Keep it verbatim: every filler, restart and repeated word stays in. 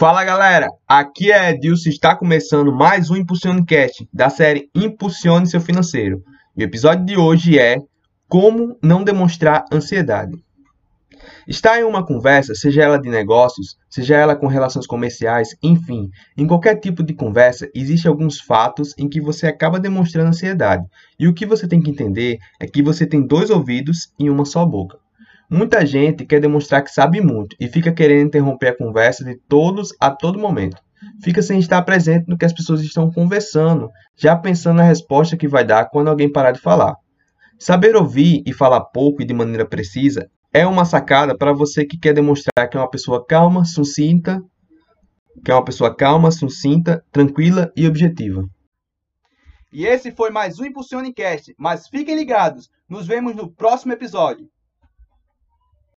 Fala galera, aqui é Edilson, está começando mais um ImpulsioneCast da série Impulsione Seu Financeiro. E o episódio de hoje é Como Não Demonstrar Ansiedade. Estar em uma conversa, seja ela de negócios, seja ela com relações comerciais, enfim, em qualquer tipo de conversa, existem alguns fatos em que você acaba demonstrando ansiedade. E o que você tem que entender é que você tem dois ouvidos e uma só boca. Muita gente quer demonstrar que sabe muito e fica querendo interromper a conversa de todos a todo momento. Fica sem estar presente no que as pessoas estão conversando, já pensando na resposta que vai dar quando alguém parar de falar. Saber ouvir e falar pouco e de maneira precisa é uma sacada para você que quer demonstrar que é uma pessoa calma, sucinta, que é uma pessoa calma, sucinta, tranquila e objetiva. E esse foi mais um ImpulsioneCast, mas fiquem ligados, nos vemos no próximo episódio.